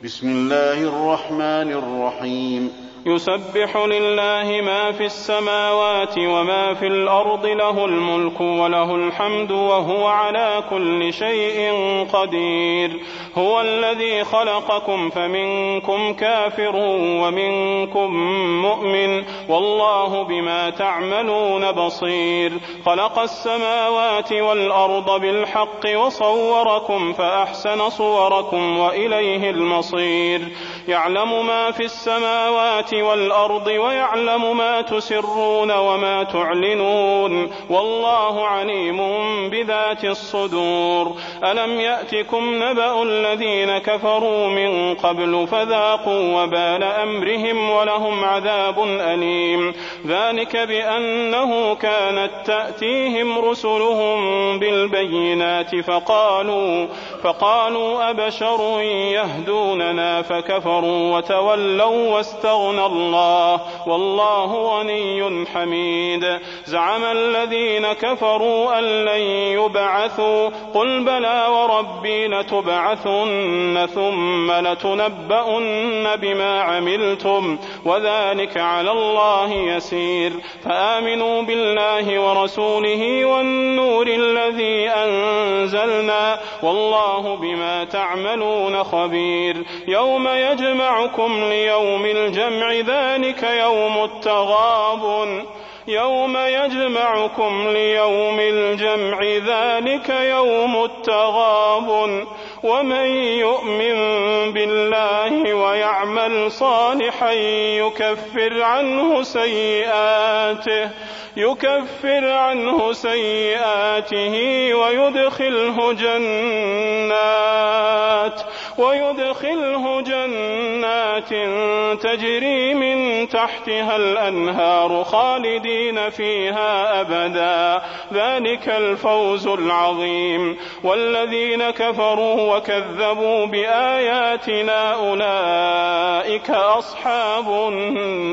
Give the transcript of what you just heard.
بسم الله الرحمن الرحيم يسبح لله ما في السماوات وما في الأرض له الملك وله الحمد وهو على كل شيء قدير هو الذي خلقكم فمنكم كافر ومنكم مؤمن والله بما تعملون بصير خلق السماوات والأرض بالحق وصوركم فأحسن صوركم وإليه المصير يعلم ما في السماوات والأرض ويعلم ما تسرون وما تعلنون والله عليم بذات الصدور ألم يأتكم نبأ الذين كفروا من قبل فذاقوا وبال أمرهم ولهم عذاب أليم ذلك بأنه كانت تأتيهم رسلهم بالبينات فقالوا أبشر يهدوننا فكفروا وتولوا واستغنى الله والله غني حميد زعم الذين كفروا أن لن يبعثوا قل بلى وربي لتبعثن ثم لتنبؤن بما عملتم وذلك على الله يسير فآمنوا بالله ورسوله والنور الذي أنزلنا والله بما تعملون خبير يوم يجمعكم ليوم الجمع ذلك يوم التغابن يوم يجمعكم ليوم الجمع ذلك يوم التغابن ومن يؤمن بالله ويعمل صالحا يكفر عنه سيئاته ويدخله جنات تجري من تحتها الأنهار خالدين فيها أبدا ذلك الفوز العظيم والذين كفروا وكذبوا بآياتنا أولئك أصحاب النار